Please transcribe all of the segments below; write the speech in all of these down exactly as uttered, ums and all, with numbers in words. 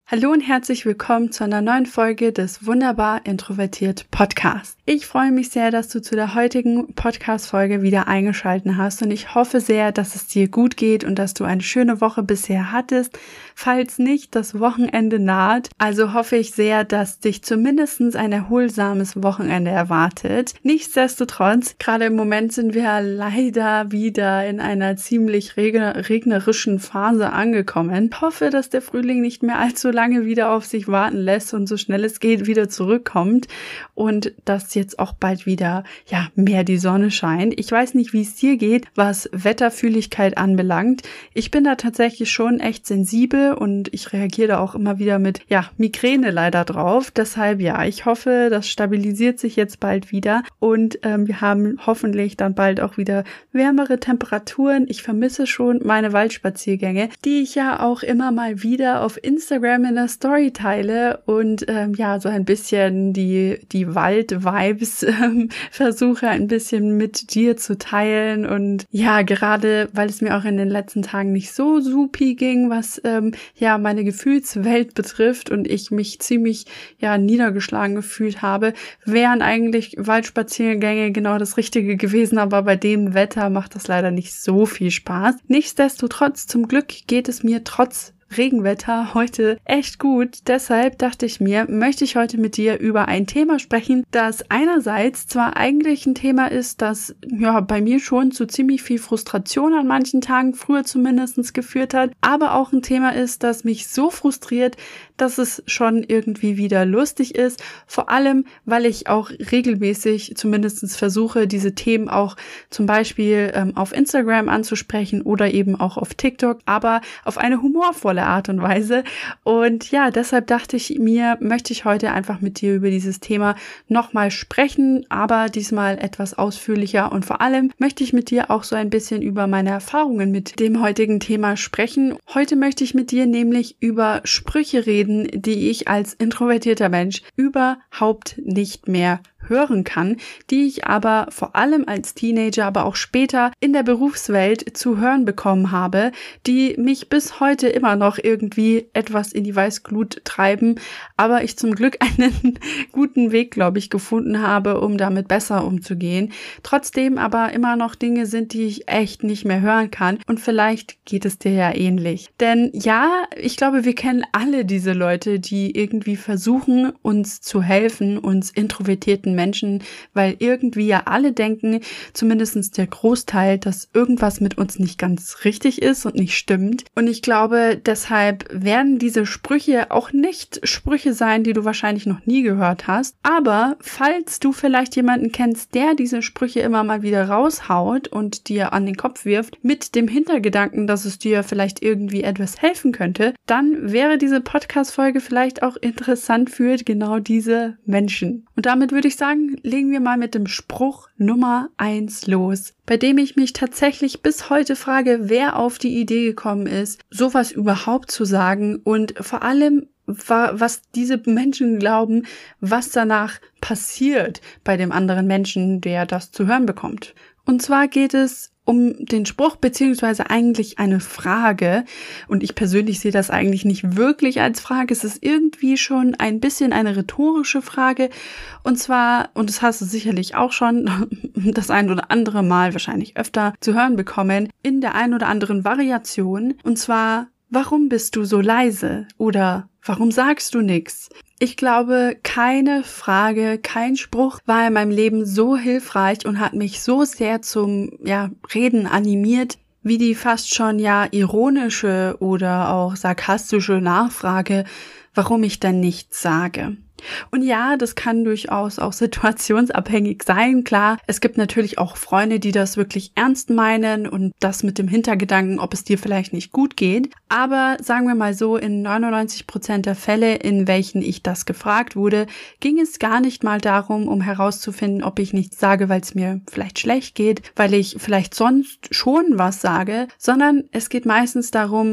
Hallo und herzlich willkommen zu einer neuen Folge des Wunderbar Introvertiert Podcast. Ich freue mich sehr, dass du zu der heutigen Podcast-Folge wieder eingeschaltet hast und ich hoffe sehr, dass es dir gut geht und dass du eine schöne Woche bisher hattest. Falls nicht, das Wochenende naht, also hoffe ich sehr, dass dich zumindest ein erholsames Wochenende erwartet. Nichtsdestotrotz, gerade im Moment sind wir leider wieder in einer ziemlich regnerischen Phase angekommen. Ich hoffe, dass der Frühling nicht mehr allzu lange wieder auf sich warten lässt und so schnell es geht wieder zurückkommt und dass jetzt auch bald wieder ja mehr die Sonne scheint. Ich weiß nicht, wie es dir geht, was Wetterfühligkeit anbelangt. Ich bin da tatsächlich schon echt sensibel und ich reagiere da auch immer wieder mit ja Migräne leider drauf. Deshalb ja, ich hoffe, das stabilisiert sich jetzt bald wieder und ähm, wir haben hoffentlich dann bald auch wieder wärmere Temperaturen. Ich vermisse schon meine Waldspaziergänge, die ich ja auch immer mal wieder auf Instagram in der Story teile und ähm, ja, so ein bisschen die die Wald-Vibes ähm, versuche ein bisschen mit dir zu teilen und ja, gerade weil es mir auch in den letzten Tagen nicht so supi ging, was ähm, ja meine Gefühlswelt betrifft und ich mich ziemlich ja niedergeschlagen gefühlt habe, wären eigentlich Waldspaziergänge genau das Richtige gewesen, aber bei dem Wetter macht das leider nicht so viel Spaß. Nichtsdestotrotz, zum Glück geht es mir trotz Regenwetter heute echt gut. Deshalb dachte ich mir, möchte ich heute mit dir über ein Thema sprechen, das einerseits zwar eigentlich ein Thema ist, das ja bei mir schon zu ziemlich viel Frustration an manchen Tagen früher zumindest geführt hat, aber auch ein Thema ist, das mich so frustriert, dass es schon irgendwie wieder lustig ist. Vor allem, weil ich auch regelmäßig zumindest versuche, diese Themen auch zum Beispiel ähm, auf Instagram anzusprechen oder eben auch auf TikTok, aber auf eine humorvolle Art und Weise. Und ja, deshalb dachte ich mir, möchte ich heute einfach mit dir über dieses Thema nochmal sprechen, aber diesmal etwas ausführlicher und vor allem möchte ich mit dir auch so ein bisschen über meine Erfahrungen mit dem heutigen Thema sprechen. Heute möchte ich mit dir nämlich über Sprüche reden, die ich als introvertierter Mensch überhaupt nicht mehr hören kann, die ich aber vor allem als Teenager, aber auch später in der Berufswelt zu hören bekommen habe, die mich bis heute immer noch irgendwie etwas in die Weißglut treiben, aber ich zum Glück einen guten Weg, glaube ich, gefunden habe, um damit besser umzugehen. Trotzdem aber immer noch Dinge sind, die ich echt nicht mehr hören kann und vielleicht geht es dir ja ähnlich. Denn ja, ich glaube, wir kennen alle diese Leute, die irgendwie versuchen, uns zu helfen, uns introvertierten Menschen, weil irgendwie ja alle denken, zumindest der Großteil, dass irgendwas mit uns nicht ganz richtig ist und nicht stimmt. Und ich glaube, deshalb werden diese Sprüche auch nicht Sprüche sein, die du wahrscheinlich noch nie gehört hast. Aber falls du vielleicht jemanden kennst, der diese Sprüche immer mal wieder raushaut und dir an den Kopf wirft, mit dem Hintergedanken, dass es dir vielleicht irgendwie etwas helfen könnte, dann wäre diese Podcast-Folge vielleicht auch interessant für genau diese Menschen. Und damit würde ich sagen, legen wir mal mit dem Spruch Nummer eins los, bei dem ich mich tatsächlich bis heute frage, wer auf die Idee gekommen ist, sowas überhaupt zu sagen und vor allem, was diese Menschen glauben, was danach passiert bei dem anderen Menschen, der das zu hören bekommt. Und zwar geht es um den Spruch, beziehungsweise eigentlich eine Frage. Und ich persönlich sehe das eigentlich nicht wirklich als Frage. Es ist irgendwie schon ein bisschen eine rhetorische Frage. Und zwar, und das hast du sicherlich auch schon das ein oder andere Mal, wahrscheinlich öfter, zu hören bekommen, in der ein oder anderen Variation. Und zwar, warum bist du so leise? Oder warum sagst du nichts? Ich glaube, keine Frage, kein Spruch war in meinem Leben so hilfreich und hat mich so sehr zum ja, Reden animiert, wie die fast schon ja ironische oder auch sarkastische Nachfrage, warum ich dann nichts sage. Und ja, das kann durchaus auch situationsabhängig sein. Klar, es gibt natürlich auch Freunde, die das wirklich ernst meinen und das mit dem Hintergedanken, ob es dir vielleicht nicht gut geht. Aber sagen wir mal so, in neunundneunzig Prozent der Fälle, in welchen ich das gefragt wurde, ging es gar nicht mal darum, um herauszufinden, ob ich nichts sage, weil es mir vielleicht schlecht geht, weil ich vielleicht sonst schon was sage, sondern es geht meistens darum,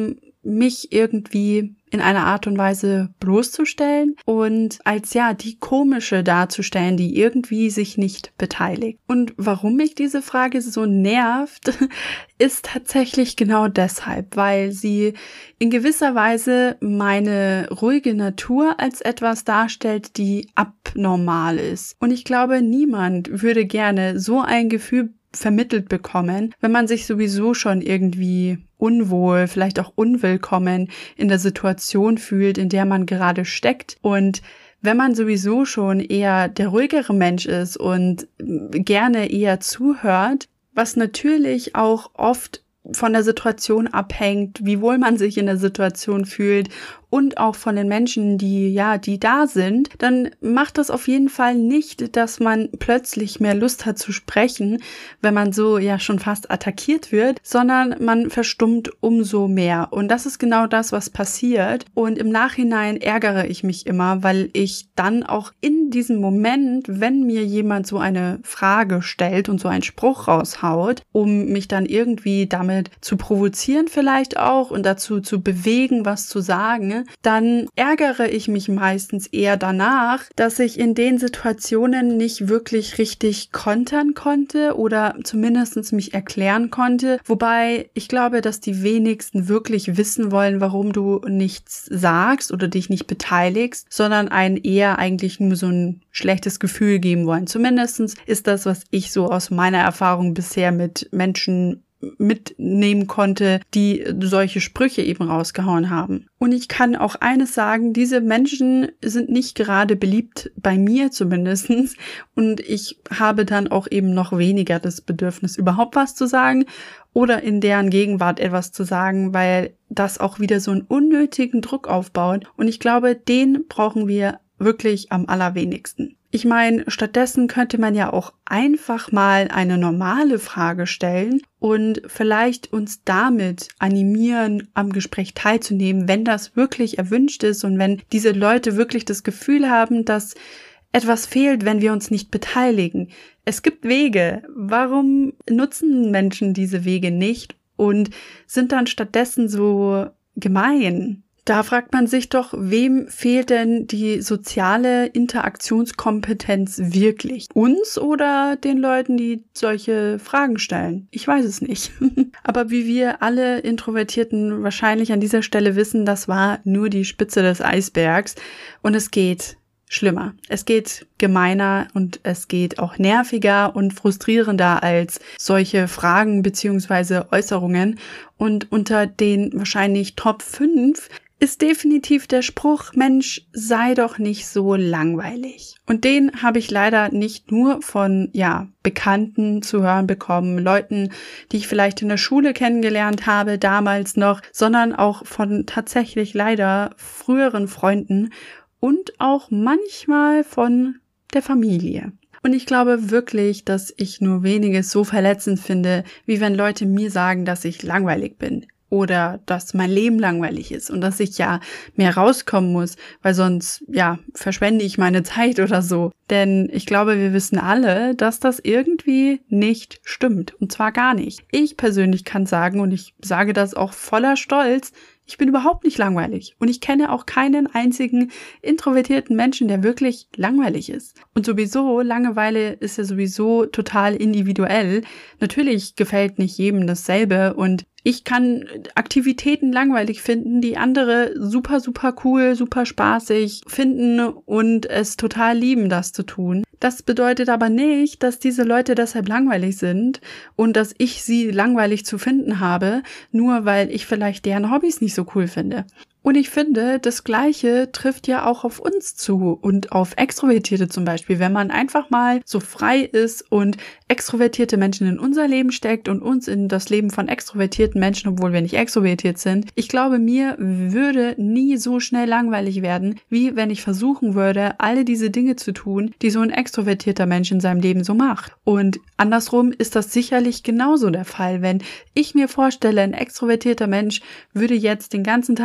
mich irgendwie in einer Art und Weise bloßzustellen und als ja die komische darzustellen, die irgendwie sich nicht beteiligt. Und warum mich diese Frage so nervt, ist tatsächlich genau deshalb, weil sie in gewisser Weise meine ruhige Natur als etwas darstellt, die abnormal ist. Und ich glaube, niemand würde gerne so ein Gefühl vermittelt bekommen, wenn man sich sowieso schon irgendwie unwohl, vielleicht auch unwillkommen in der Situation fühlt, in der man gerade steckt. Und wenn man sowieso schon eher der ruhigere Mensch ist und gerne eher zuhört, was natürlich auch oft von der Situation abhängt, wie wohl man sich in der Situation fühlt und auch von den Menschen, die ja, die da sind, dann macht das auf jeden Fall nicht, dass man plötzlich mehr Lust hat zu sprechen, wenn man so ja schon fast attackiert wird, sondern man verstummt umso mehr. Und das ist genau das, was passiert. Und im Nachhinein ärgere ich mich immer, weil ich dann auch in diesem Moment, wenn mir jemand so eine Frage stellt und so einen Spruch raushaut, um mich dann irgendwie damit zu provozieren vielleicht auch und dazu zu bewegen, was zu sagen, dann ärgere ich mich meistens eher danach, dass ich in den Situationen nicht wirklich richtig kontern konnte oder zumindest mich erklären konnte. Wobei ich glaube, dass die wenigsten wirklich wissen wollen, warum du nichts sagst oder dich nicht beteiligst, sondern einen eher eigentlich nur so ein schlechtes Gefühl geben wollen. Zumindest ist das, was ich so aus meiner Erfahrung bisher mit Menschen mitnehmen konnte, die solche Sprüche eben rausgehauen haben. Und ich kann auch eines sagen, diese Menschen sind nicht gerade beliebt, bei mir zumindestens. Und ich habe dann auch eben noch weniger das Bedürfnis, überhaupt was zu sagen oder in deren Gegenwart etwas zu sagen, weil das auch wieder so einen unnötigen Druck aufbaut. Und ich glaube, den brauchen wir wirklich am allerwenigsten. Ich meine, stattdessen könnte man ja auch einfach mal eine normale Frage stellen und vielleicht uns damit animieren, am Gespräch teilzunehmen, wenn das wirklich erwünscht ist und wenn diese Leute wirklich das Gefühl haben, dass etwas fehlt, wenn wir uns nicht beteiligen. Es gibt Wege. Warum nutzen Menschen diese Wege nicht und sind dann stattdessen so gemein? Da fragt man sich doch, wem fehlt denn die soziale Interaktionskompetenz wirklich? Uns oder den Leuten, die solche Fragen stellen? Ich weiß es nicht. Aber wie wir alle Introvertierten wahrscheinlich an dieser Stelle wissen, das war nur die Spitze des Eisbergs und es geht schlimmer. Es geht gemeiner und es geht auch nerviger und frustrierender als solche Fragen bzw. Äußerungen. Und unter den wahrscheinlich Top fünf ist definitiv der Spruch, Mensch, sei doch nicht so langweilig. Und den habe ich leider nicht nur von, ja, Bekannten zu hören bekommen, Leuten, die ich vielleicht in der Schule kennengelernt habe, damals noch, sondern auch von tatsächlich leider früheren Freunden und auch manchmal von der Familie. Und ich glaube wirklich, dass ich nur weniges so verletzend finde, wie wenn Leute mir sagen, dass ich langweilig bin. Oder dass mein Leben langweilig ist und dass ich ja mehr rauskommen muss, weil sonst, ja, verschwende ich meine Zeit oder so. Denn ich glaube, wir wissen alle, dass das irgendwie nicht stimmt. Und zwar gar nicht. Ich persönlich kann sagen, und ich sage das auch voller Stolz, ich bin überhaupt nicht langweilig. Und ich kenne auch keinen einzigen introvertierten Menschen, der wirklich langweilig ist. Und sowieso, Langeweile ist ja sowieso total individuell. Natürlich gefällt nicht jedem dasselbe und ich kann Aktivitäten langweilig finden, die andere super, super cool, super spaßig finden und es total lieben, das zu tun. Das bedeutet aber nicht, dass diese Leute deshalb langweilig sind und dass ich sie langweilig zu finden habe, nur weil ich vielleicht deren Hobbys nicht so cool finde. Und ich finde, das Gleiche trifft ja auch auf uns zu und auf Extrovertierte zum Beispiel. Wenn man einfach mal so frei ist und extrovertierte Menschen in unser Leben steckt und uns in das Leben von extrovertierten Menschen, obwohl wir nicht extrovertiert sind. Ich glaube, mir würde nie so schnell langweilig werden, wie wenn ich versuchen würde, alle diese Dinge zu tun, die so ein extrovertierter Mensch in seinem Leben so macht. Und andersrum ist das sicherlich genauso der Fall. Wenn ich mir vorstelle, ein extrovertierter Mensch würde jetzt den ganzen Tag bei mir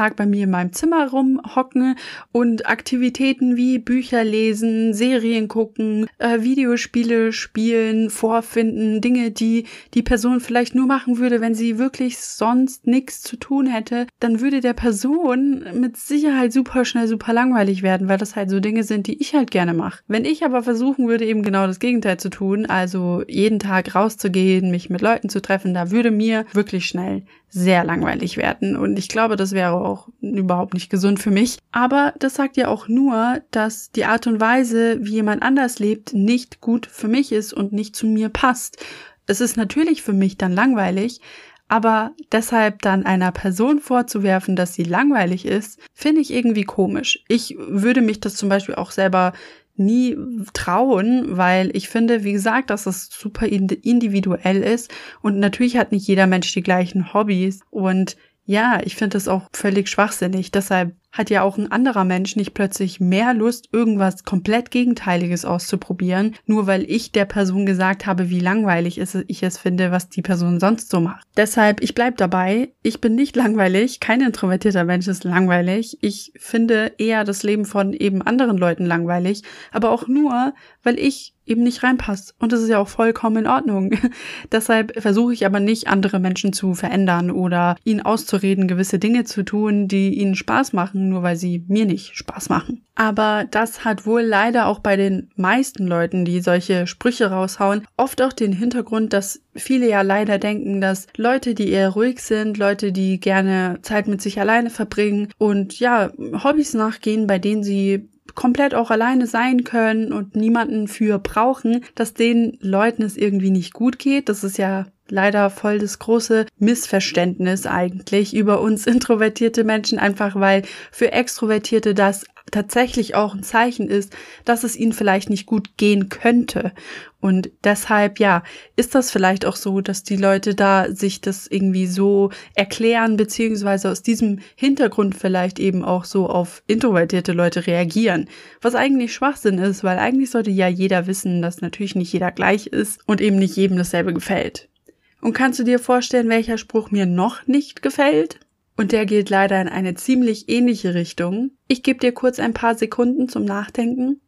in meinem Zimmer rumhocken und Aktivitäten wie Bücher lesen, Serien gucken, äh, Videospiele spielen, vorfinden, Dinge, die die Person vielleicht nur machen würde, wenn sie wirklich sonst nichts zu tun hätte, dann würde der Person mit Sicherheit super schnell super langweilig werden, weil das halt so Dinge sind, die ich halt gerne mache. Wenn ich aber versuchen würde, eben genau das Gegenteil zu tun, also jeden Tag rauszugehen, mich mit Leuten zu treffen, da würde mir wirklich schnell sehr langweilig werden. Und ich glaube, das wäre auch überhaupt nicht gesund für mich. Aber das sagt ja auch nur, dass die Art und Weise, wie jemand anders lebt, nicht gut für mich ist und nicht zu mir passt. Es ist natürlich für mich dann langweilig, aber deshalb dann einer Person vorzuwerfen, dass sie langweilig ist, finde ich irgendwie komisch. Ich würde mich das zum Beispiel auch selber nie trauen, weil ich finde, wie gesagt, dass das super individuell ist und natürlich hat nicht jeder Mensch die gleichen Hobbys und ja, ich finde das auch völlig schwachsinnig. Deshalb hat ja auch ein anderer Mensch nicht plötzlich mehr Lust, irgendwas komplett Gegenteiliges auszuprobieren, nur weil ich der Person gesagt habe, wie langweilig ich es finde, was die Person sonst so macht. Deshalb, ich bleib dabei, ich bin nicht langweilig, kein introvertierter Mensch ist langweilig. Ich finde eher das Leben von eben anderen Leuten langweilig, aber auch nur, weil ich eben nicht reinpasst. Und das ist ja auch vollkommen in Ordnung. Deshalb versuche ich aber nicht, andere Menschen zu verändern oder ihnen auszureden, gewisse Dinge zu tun, die ihnen Spaß machen, nur weil sie mir nicht Spaß machen. Aber das hat wohl leider auch bei den meisten Leuten, die solche Sprüche raushauen, oft auch den Hintergrund, dass viele ja leider denken, dass Leute, die eher ruhig sind, Leute, die gerne Zeit mit sich alleine verbringen und ja, Hobbys nachgehen, bei denen sie komplett auch alleine sein können und niemanden für brauchen, dass den Leuten es irgendwie nicht gut geht. Das ist ja leider voll das große Missverständnis eigentlich über uns introvertierte Menschen, einfach weil für Extrovertierte das tatsächlich auch ein Zeichen ist, dass es ihnen vielleicht nicht gut gehen könnte. Und deshalb, ja, ist das vielleicht auch so, dass die Leute da sich das irgendwie so erklären, beziehungsweise aus diesem Hintergrund vielleicht eben auch so auf introvertierte Leute reagieren. Was eigentlich Schwachsinn ist, weil eigentlich sollte ja jeder wissen, dass natürlich nicht jeder gleich ist und eben nicht jedem dasselbe gefällt. Und kannst du dir vorstellen, welcher Spruch mir noch nicht gefällt? Und der geht leider in eine ziemlich ähnliche Richtung. Ich gebe dir kurz ein paar Sekunden zum Nachdenken.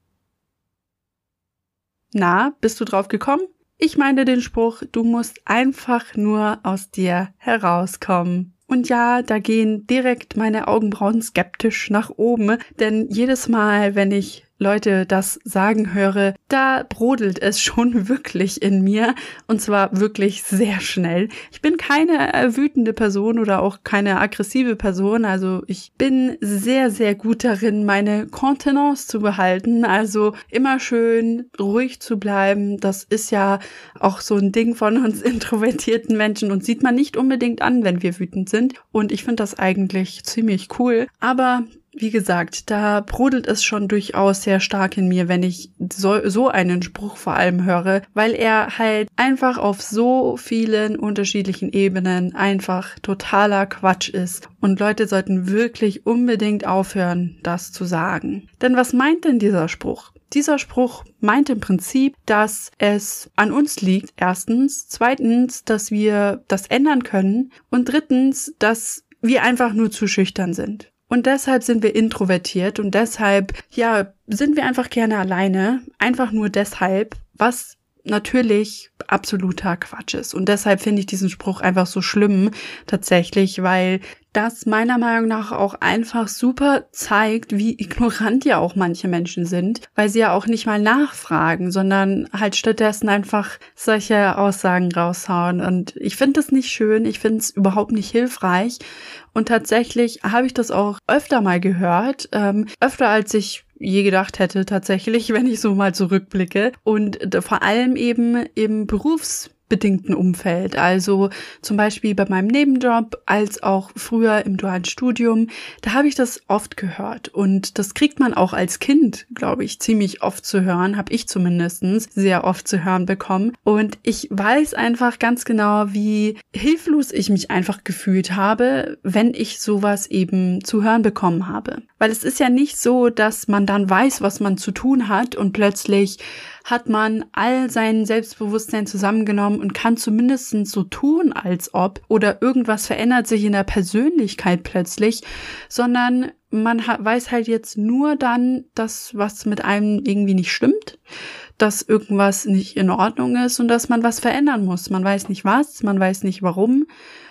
Na, bist du drauf gekommen? Ich meine den Spruch, du musst einfach nur aus dir herauskommen. Und ja, da gehen direkt meine Augenbrauen skeptisch nach oben, denn jedes Mal, wenn ich Leute das sagen höre, da brodelt es schon wirklich in mir und zwar wirklich sehr schnell. Ich bin keine äh, wütende Person oder auch keine aggressive Person, also ich bin sehr, sehr gut darin, meine Kontenance zu behalten, also immer schön ruhig zu bleiben. Das ist ja auch so ein Ding von uns introvertierten Menschen und sieht man nicht unbedingt an, wenn wir wütend sind und ich finde das eigentlich ziemlich cool, aber wie gesagt, da brodelt es schon durchaus sehr stark in mir, wenn ich so, so einen Spruch vor allem höre, weil er halt einfach auf so vielen unterschiedlichen Ebenen einfach totaler Quatsch ist. Und Leute sollten wirklich unbedingt aufhören, das zu sagen. Denn was meint denn dieser Spruch? Dieser Spruch meint im Prinzip, dass es an uns liegt, erstens, zweitens, dass wir das ändern können und drittens, dass wir einfach nur zu schüchtern sind. Und deshalb sind wir introvertiert und deshalb, ja, sind wir einfach gerne alleine. Einfach nur deshalb, was natürlich absoluter Quatsch ist. Und deshalb finde ich diesen Spruch einfach so schlimm, tatsächlich, weil das meiner Meinung nach auch einfach super zeigt, wie ignorant ja auch manche Menschen sind, weil sie ja auch nicht mal nachfragen, sondern halt stattdessen einfach solche Aussagen raushauen. Und ich finde das nicht schön, ich finde es überhaupt nicht hilfreich. Und tatsächlich habe ich das auch öfter mal gehört, ähm, öfter als ich je gedacht hätte tatsächlich, wenn ich so mal zurückblicke. Und vor allem eben im Berufs bedingten Umfeld, also zum Beispiel bei meinem Nebenjob, als auch früher im dualen Studium, da habe ich das oft gehört und das kriegt man auch als Kind, glaube ich, ziemlich oft zu hören, habe ich zumindest sehr oft zu hören bekommen und ich weiß einfach ganz genau, wie hilflos ich mich einfach gefühlt habe, wenn ich sowas eben zu hören bekommen habe, weil es ist ja nicht so, dass man dann weiß, was man zu tun hat und plötzlich hat man all sein Selbstbewusstsein zusammengenommen und kann zumindest so tun, als ob, oder irgendwas verändert sich in der Persönlichkeit plötzlich, sondern man ha- weiß halt jetzt nur dann, dass was mit einem irgendwie nicht stimmt, dass irgendwas nicht in Ordnung ist und dass man was verändern muss. Man weiß nicht was, man weiß nicht warum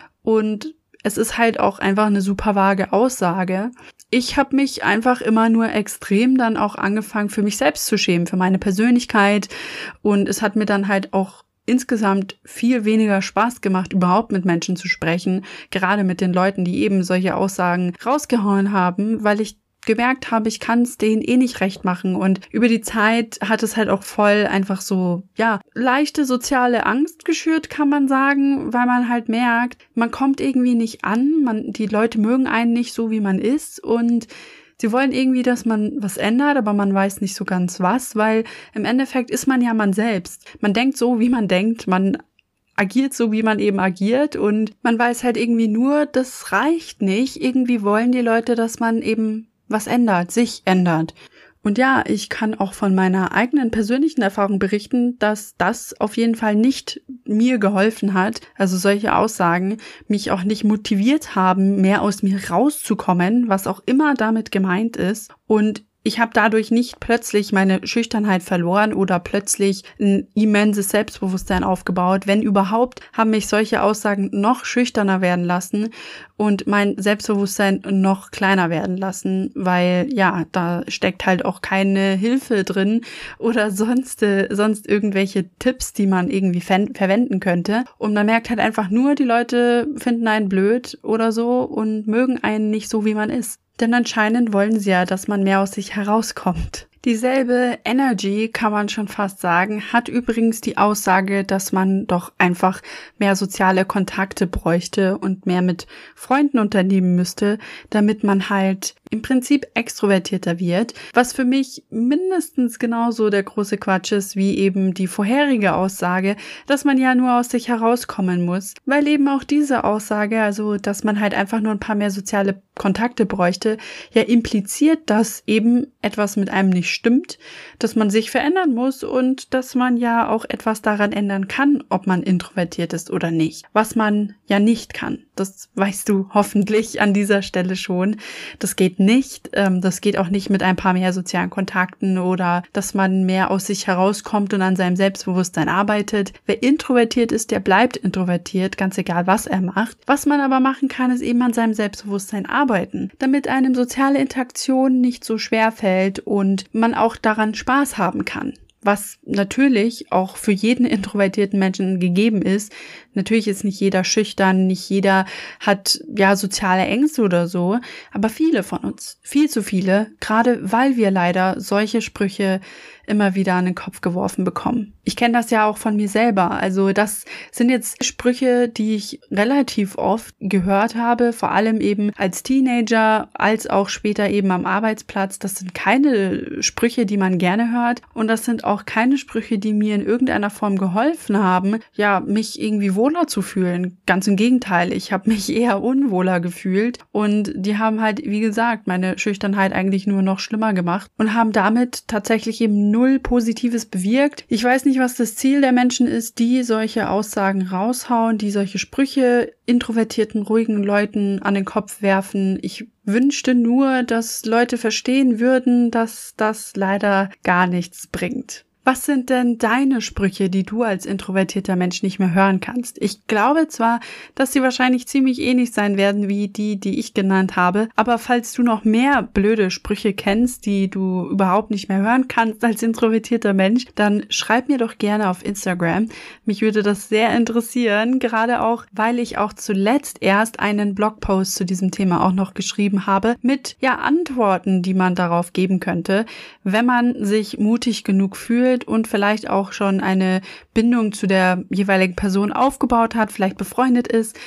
und es ist halt auch einfach eine super vage Aussage. Ich habe mich einfach immer nur extrem dann auch angefangen, für mich selbst zu schämen, für meine Persönlichkeit und es hat mir dann halt auch insgesamt viel weniger Spaß gemacht, überhaupt mit Menschen zu sprechen, gerade mit den Leuten, die eben solche Aussagen rausgehauen haben, weil ich gemerkt habe, ich kann es denen eh nicht recht machen und über die Zeit hat es halt auch voll einfach so, ja, leichte soziale Angst geschürt, kann man sagen, weil man halt merkt, man kommt irgendwie nicht an, man, die Leute mögen einen nicht so, wie man ist und sie wollen irgendwie, dass man was ändert, aber man weiß nicht so ganz was, weil im Endeffekt ist man ja man selbst. Man denkt so, wie man denkt, man agiert so, wie man eben agiert und man weiß halt irgendwie nur, das reicht nicht. Irgendwie wollen die Leute, dass man eben was ändert, sich ändert. Und ja, ich kann auch von meiner eigenen persönlichen Erfahrung berichten, dass das auf jeden Fall nicht mir geholfen hat, also solche Aussagen mich auch nicht motiviert haben, mehr aus mir rauszukommen, was auch immer damit gemeint ist. Und ich habe dadurch nicht plötzlich meine Schüchternheit verloren oder plötzlich ein immenses Selbstbewusstsein aufgebaut. Wenn überhaupt, haben mich solche Aussagen noch schüchterner werden lassen und mein Selbstbewusstsein noch kleiner werden lassen, weil ja, da steckt halt auch keine Hilfe drin oder sonst, äh, sonst irgendwelche Tipps, die man irgendwie ver- verwenden könnte. Und man merkt halt einfach nur, die Leute finden einen blöd oder so und mögen einen nicht so, wie man ist. Denn anscheinend wollen sie ja, dass man mehr aus sich herauskommt. Dieselbe Energy, kann man schon fast sagen, hat übrigens die Aussage, dass man doch einfach mehr soziale Kontakte bräuchte und mehr mit Freunden unternehmen müsste, damit man halt im Prinzip extrovertierter wird, was für mich mindestens genauso der große Quatsch ist wie eben die vorherige Aussage, dass man ja nur aus sich herauskommen muss, weil eben auch diese Aussage, also dass man halt einfach nur ein paar mehr soziale Kontakte bräuchte, ja impliziert, dass eben etwas mit einem nicht stimmt, dass man sich verändern muss und dass man ja auch etwas daran ändern kann, ob man introvertiert ist oder nicht, was man ja nicht kann. Das weißt du hoffentlich an dieser Stelle schon. Das geht nicht. Das geht auch nicht mit ein paar mehr sozialen Kontakten oder dass man mehr aus sich herauskommt und an seinem Selbstbewusstsein arbeitet. Wer introvertiert ist, der bleibt introvertiert, ganz egal, was er macht. Was man aber machen kann, ist eben an seinem Selbstbewusstsein arbeiten, damit einem soziale Interaktion nicht so schwer fällt und man auch daran Spaß haben kann. Was natürlich auch für jeden introvertierten Menschen gegeben ist. Natürlich ist nicht jeder schüchtern, nicht jeder hat ja soziale Ängste oder so, aber viele von uns, viel zu viele, gerade weil wir leider solche Sprüche immer wieder an den Kopf geworfen bekommen. Ich kenne das ja auch von mir selber. Also das sind jetzt Sprüche, die ich relativ oft gehört habe, vor allem eben als Teenager, als auch später eben am Arbeitsplatz. Das sind keine Sprüche, die man gerne hört und das sind auch keine Sprüche, die mir in irgendeiner Form geholfen haben, ja, mich irgendwie wohler zu fühlen. Ganz im Gegenteil, ich habe mich eher unwohler gefühlt und die haben halt, wie gesagt, meine Schüchternheit eigentlich nur noch schlimmer gemacht und haben damit tatsächlich eben null Positives bewirkt. Ich weiß nicht, was das Ziel der Menschen ist, die solche Aussagen raushauen, die solche Sprüche introvertierten, ruhigen Leuten an den Kopf werfen. Ich wünschte nur, dass Leute verstehen würden, dass das leider gar nichts bringt. Was sind denn deine Sprüche, die du als introvertierter Mensch nicht mehr hören kannst? Ich glaube zwar, dass sie wahrscheinlich ziemlich ähnlich sein werden wie die, die ich genannt habe, aber falls du noch mehr blöde Sprüche kennst, die du überhaupt nicht mehr hören kannst als introvertierter Mensch, dann schreib mir doch gerne auf Instagram. Mich würde das sehr interessieren, gerade auch, weil ich auch zuletzt erst einen Blogpost zu diesem Thema auch noch geschrieben habe mit, ja, Antworten, die man darauf geben könnte, wenn man sich mutig genug fühlt und vielleicht auch schon eine Bindung zu der jeweiligen Person aufgebaut hat, vielleicht befreundet ist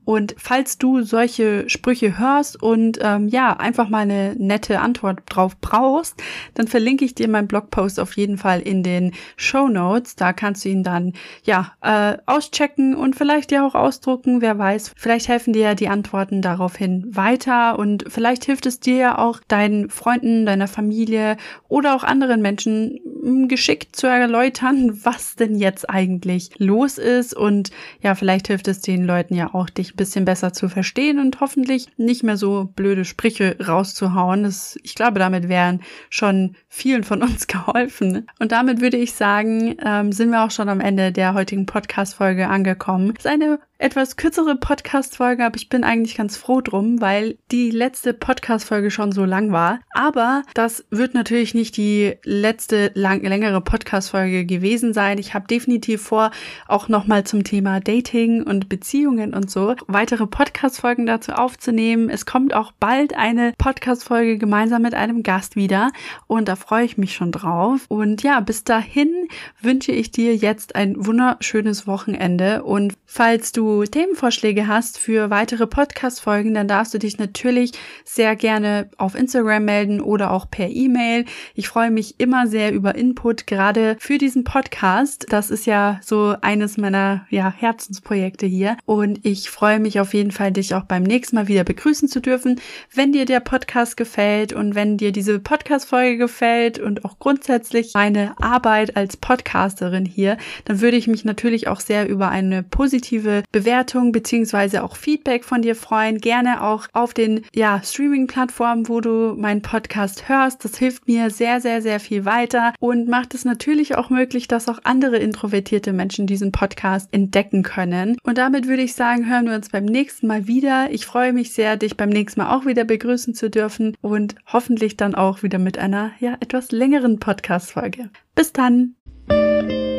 Und falls du solche Sprüche hörst und ähm, ja, einfach mal eine nette Antwort drauf brauchst, dann verlinke ich dir meinen Blogpost auf jeden Fall in den Shownotes. Da kannst du ihn dann ja äh, auschecken und vielleicht ja auch ausdrucken, wer weiß. Vielleicht helfen dir ja die Antworten daraufhin weiter und vielleicht hilft es dir ja auch, deinen Freunden, deiner Familie oder auch anderen Menschen geschickt zu erläutern, was denn jetzt eigentlich los ist. Und ja, vielleicht hilft es den Leuten ja auch, dich ein bisschen besser zu verstehen und hoffentlich nicht mehr so blöde Sprüche rauszuhauen. Das, ich glaube, damit wären schon vielen von uns geholfen. Und damit würde ich sagen, ähm, sind wir auch schon am Ende der heutigen Podcast-Folge angekommen. Es ist eine etwas kürzere Podcast-Folge, aber ich bin eigentlich ganz froh drum, weil die letzte Podcast-Folge schon so lang war. Aber das wird natürlich nicht die letzte lang, längere Podcast-Folge gewesen sein. Ich habe definitiv vor, auch nochmal zum Thema Dating und Beziehungen und so weitere Podcast-Folgen dazu aufzunehmen. Es kommt auch bald eine Podcast-Folge gemeinsam mit einem Gast wieder und da freue ich mich schon drauf. Und ja, bis dahin wünsche ich dir jetzt ein wunderschönes Wochenende und falls du Themenvorschläge hast für weitere Podcast-Folgen, dann darfst du dich natürlich sehr gerne auf Instagram melden oder auch per E-Mail. Ich freue mich immer sehr über Input, gerade für diesen Podcast. Das ist ja so eines meiner ja, Herzensprojekte hier und ich freue mich auf jeden Fall, dich auch beim nächsten Mal wieder begrüßen zu dürfen. Wenn dir der Podcast gefällt und wenn dir diese Podcast-Folge gefällt und auch grundsätzlich meine Arbeit als Podcasterin hier, dann würde ich mich natürlich auch sehr über eine positive Bewertung beziehungsweise auch Feedback von dir freuen. Gerne auch auf den ja, Streaming-Plattformen, wo du meinen Podcast hörst. Das hilft mir sehr, sehr, sehr viel weiter und macht es natürlich auch möglich, dass auch andere introvertierte Menschen diesen Podcast entdecken können. Und damit würde ich sagen, hören wir uns beim nächsten Mal wieder. Ich freue mich sehr, dich beim nächsten Mal auch wieder begrüßen zu dürfen und hoffentlich dann auch wieder mit einer ja etwas längeren Podcast-Folge. Bis dann!